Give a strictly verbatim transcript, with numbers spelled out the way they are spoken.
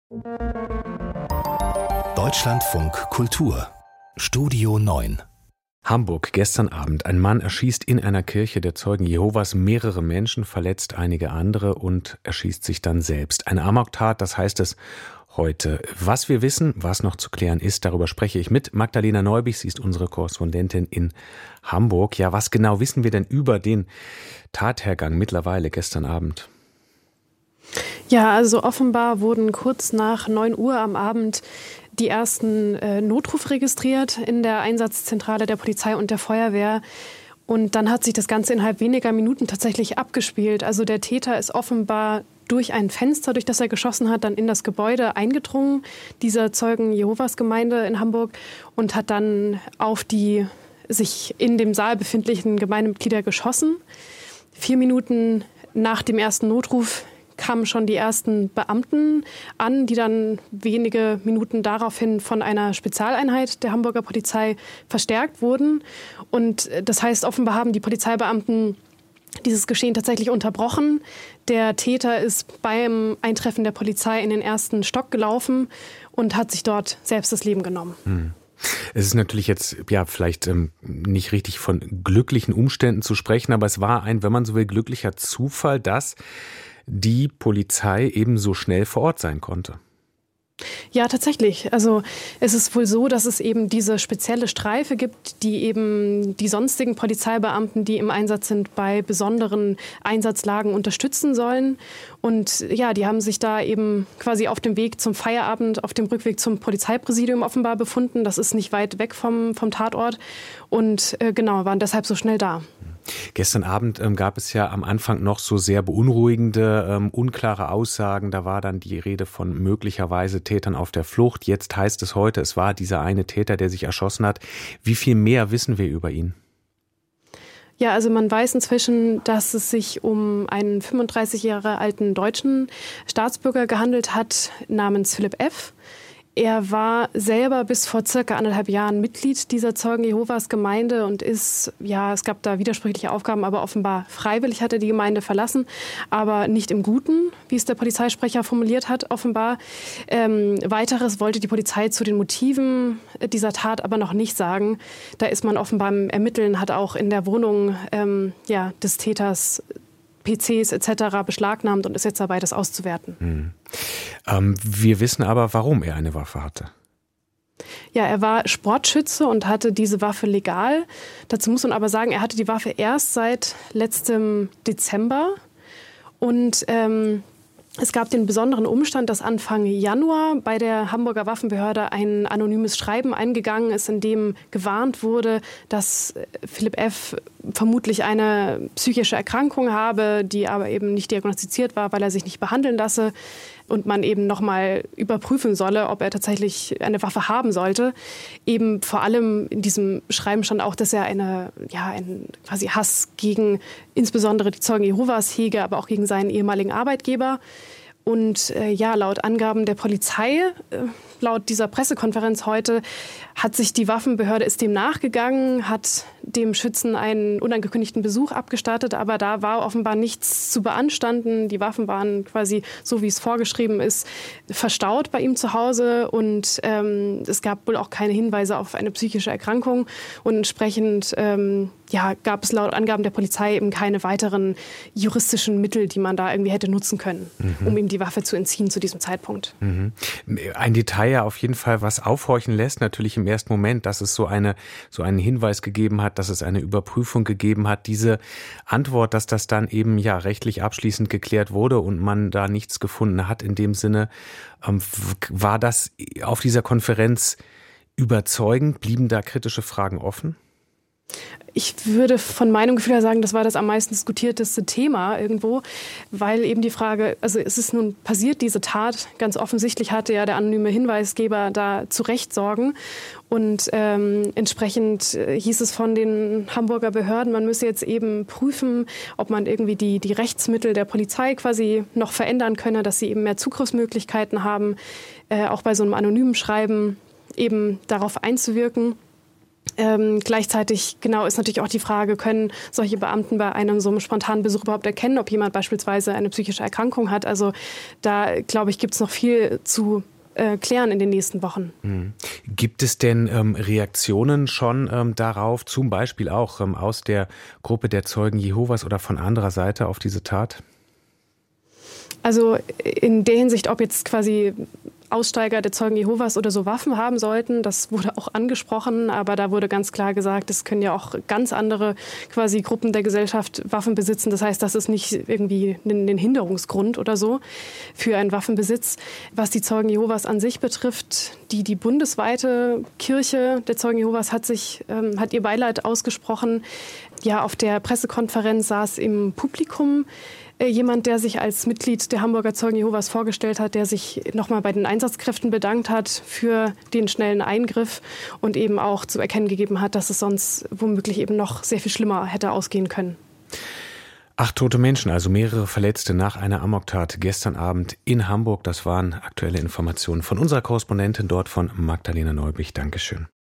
Deutschlandfunk Kultur Studio neun. Hamburg, gestern Abend. Ein Mann erschießt in einer Kirche der Zeugen Jehovas mehrere Menschen, verletzt einige andere und erschießt sich dann selbst. Eine Amoktat, das heißt es heute. Was wir wissen, was noch zu klären ist, darüber spreche ich mit Magdalena Neubich. Sie ist unsere Korrespondentin in Hamburg. Ja, was genau wissen wir denn über den Tathergang mittlerweile gestern Abend? Ja, also offenbar wurden kurz nach neun Uhr am Abend die ersten äh, Notrufe registriert in der Einsatzzentrale der Polizei und der Feuerwehr. Und dann hat sich das Ganze innerhalb weniger Minuten tatsächlich abgespielt. Also der Täter ist offenbar durch ein Fenster, durch das er geschossen hat, dann in das Gebäude eingedrungen, dieser Zeugen Jehovas Gemeinde in Hamburg, und hat dann auf die sich in dem Saal befindlichen Gemeindemitglieder geschossen. Vier Minuten nach dem ersten Notruf kamen schon die ersten Beamten an, die dann wenige Minuten daraufhin von einer Spezialeinheit der Hamburger Polizei verstärkt wurden. Und das heißt, offenbar haben die Polizeibeamten dieses Geschehen tatsächlich unterbrochen. Der Täter ist beim Eintreffen der Polizei in den ersten Stock gelaufen und hat sich dort selbst das Leben genommen. Hm. Es ist natürlich jetzt ja vielleicht ähm, nicht richtig von glücklichen Umständen zu sprechen, aber es war ein, wenn man so will, glücklicher Zufall, dass die Polizei eben so schnell vor Ort sein konnte. Ja, tatsächlich. Also es ist wohl so, dass es eben diese spezielle Streife gibt, die eben die sonstigen Polizeibeamten, die im Einsatz sind, bei besonderen Einsatzlagen unterstützen sollen. Und ja, die haben sich da eben quasi auf dem Weg zum Feierabend, auf dem Rückweg zum Polizeipräsidium offenbar befunden. Das ist nicht weit weg vom, vom Tatort. Und äh, genau, waren deshalb so schnell da. Gestern Abend ähm, gab es ja am Anfang noch so sehr beunruhigende, ähm, unklare Aussagen. Da war dann die Rede von möglicherweise Tätern auf der Flucht. Jetzt heißt es heute, es war dieser eine Täter, der sich erschossen hat. Wie viel mehr wissen wir über ihn? Ja, also man weiß inzwischen, dass es sich um einen fünfunddreißig Jahre alten deutschen Staatsbürger gehandelt hat, namens Philipp F. Er war selber bis vor circa anderthalb Jahren Mitglied dieser Zeugen Jehovas Gemeinde und ist, ja, es gab da widersprüchliche Aufgaben, aber offenbar freiwillig hat er die Gemeinde verlassen, aber nicht im Guten, wie es der Polizeisprecher formuliert hat, offenbar. Ähm, Weiteres wollte die Polizei zu den Motiven dieser Tat aber noch nicht sagen. Da ist man offenbar im Ermitteln, hat auch in der Wohnung ähm, ja, des Täters P Cs et cetera beschlagnahmt und ist jetzt dabei, das auszuwerten. Hm. Ähm, wir wissen aber, warum er eine Waffe hatte. Ja, er war Sportschütze und hatte diese Waffe legal. Dazu muss man aber sagen, er hatte die Waffe erst seit letztem Dezember. Und ähm, es gab den besonderen Umstand, dass Anfang Januar bei der Hamburger Waffenbehörde ein anonymes Schreiben eingegangen ist, in dem gewarnt wurde, dass Philipp F. vermutlich eine psychische Erkrankung habe, die aber eben nicht diagnostiziert war, weil er sich nicht behandeln lasse und man eben nochmal überprüfen solle, ob er tatsächlich eine Waffe haben sollte. Eben vor allem in diesem Schreiben stand auch, dass er eine, ja, einen quasi Hass gegen insbesondere die Zeugen Jehovas hege, aber auch gegen seinen ehemaligen Arbeitgeber. Und äh, ja, laut Angaben der Polizei, äh, laut dieser Pressekonferenz heute, hat sich die Waffenbehörde ist dem nachgegangen, hat dem Schützen einen unangekündigten Besuch abgestattet, aber da war offenbar nichts zu beanstanden. Die Waffen waren quasi, so wie es vorgeschrieben ist, verstaut bei ihm zu Hause und ähm, es gab wohl auch keine Hinweise auf eine psychische Erkrankung und entsprechend ähm, ja, gab es laut Angaben der Polizei eben keine weiteren juristischen Mittel, die man da irgendwie hätte nutzen können, mhm. um ihm die Waffe zu entziehen zu diesem Zeitpunkt. Mhm. Ein Detail ja auf jeden Fall, was aufhorchen lässt, natürlich im ersten Moment, dass es so eine so einen Hinweis gegeben hat, dass es eine Überprüfung gegeben hat. Diese Antwort, dass das dann eben ja rechtlich abschließend geklärt wurde und man da nichts gefunden hat in dem Sinne, ähm, war das auf dieser Konferenz überzeugend? Blieben da kritische Fragen offen? Ich würde von meinem Gefühl her sagen, das war das am meisten diskutierteste Thema irgendwo, weil eben die Frage, also es ist nun passiert, diese Tat, ganz offensichtlich hatte ja der anonyme Hinweisgeber da zu Recht Sorgen und ähm, entsprechend hieß es von den Hamburger Behörden, man müsse jetzt eben prüfen, ob man irgendwie die, die Rechtsmittel der Polizei quasi noch verändern könne, dass sie eben mehr Zugriffsmöglichkeiten haben, äh, auch bei so einem anonymen Schreiben eben darauf einzuwirken. Ähm, gleichzeitig genau ist natürlich auch die Frage, können solche Beamten bei einem so einem spontanen Besuch überhaupt erkennen, ob jemand beispielsweise eine psychische Erkrankung hat. Also da, glaube ich, gibt es noch viel zu äh, klären in den nächsten Wochen. Mhm. Gibt es denn ähm, Reaktionen schon ähm, darauf, zum Beispiel auch ähm, aus der Gruppe der Zeugen Jehovas oder von anderer Seite auf diese Tat? Also in der Hinsicht, ob jetzt quasi Aussteiger der Zeugen Jehovas oder so Waffen haben sollten, das wurde auch angesprochen, aber da wurde ganz klar gesagt, es können ja auch ganz andere quasi Gruppen der Gesellschaft Waffen besitzen. Das heißt, das ist nicht irgendwie ein, ein Hinderungsgrund oder so für einen Waffenbesitz. Was die Zeugen Jehovas an sich betrifft, die, die bundesweite Kirche der Zeugen Jehovas hat sich, ähm, hat ihr Beileid ausgesprochen. Ja, auf der Pressekonferenz saß im Publikum jemand, der sich als Mitglied der Hamburger Zeugen Jehovas vorgestellt hat, der sich nochmal bei den Einsatzkräften bedankt hat für den schnellen Eingriff und eben auch zu erkennen gegeben hat, dass es sonst womöglich eben noch sehr viel schlimmer hätte ausgehen können. Acht tote Menschen, also mehrere Verletzte nach einer Amoktat gestern Abend in Hamburg. Das waren aktuelle Informationen von unserer Korrespondentin dort, von Magdalena Neubich. Dankeschön.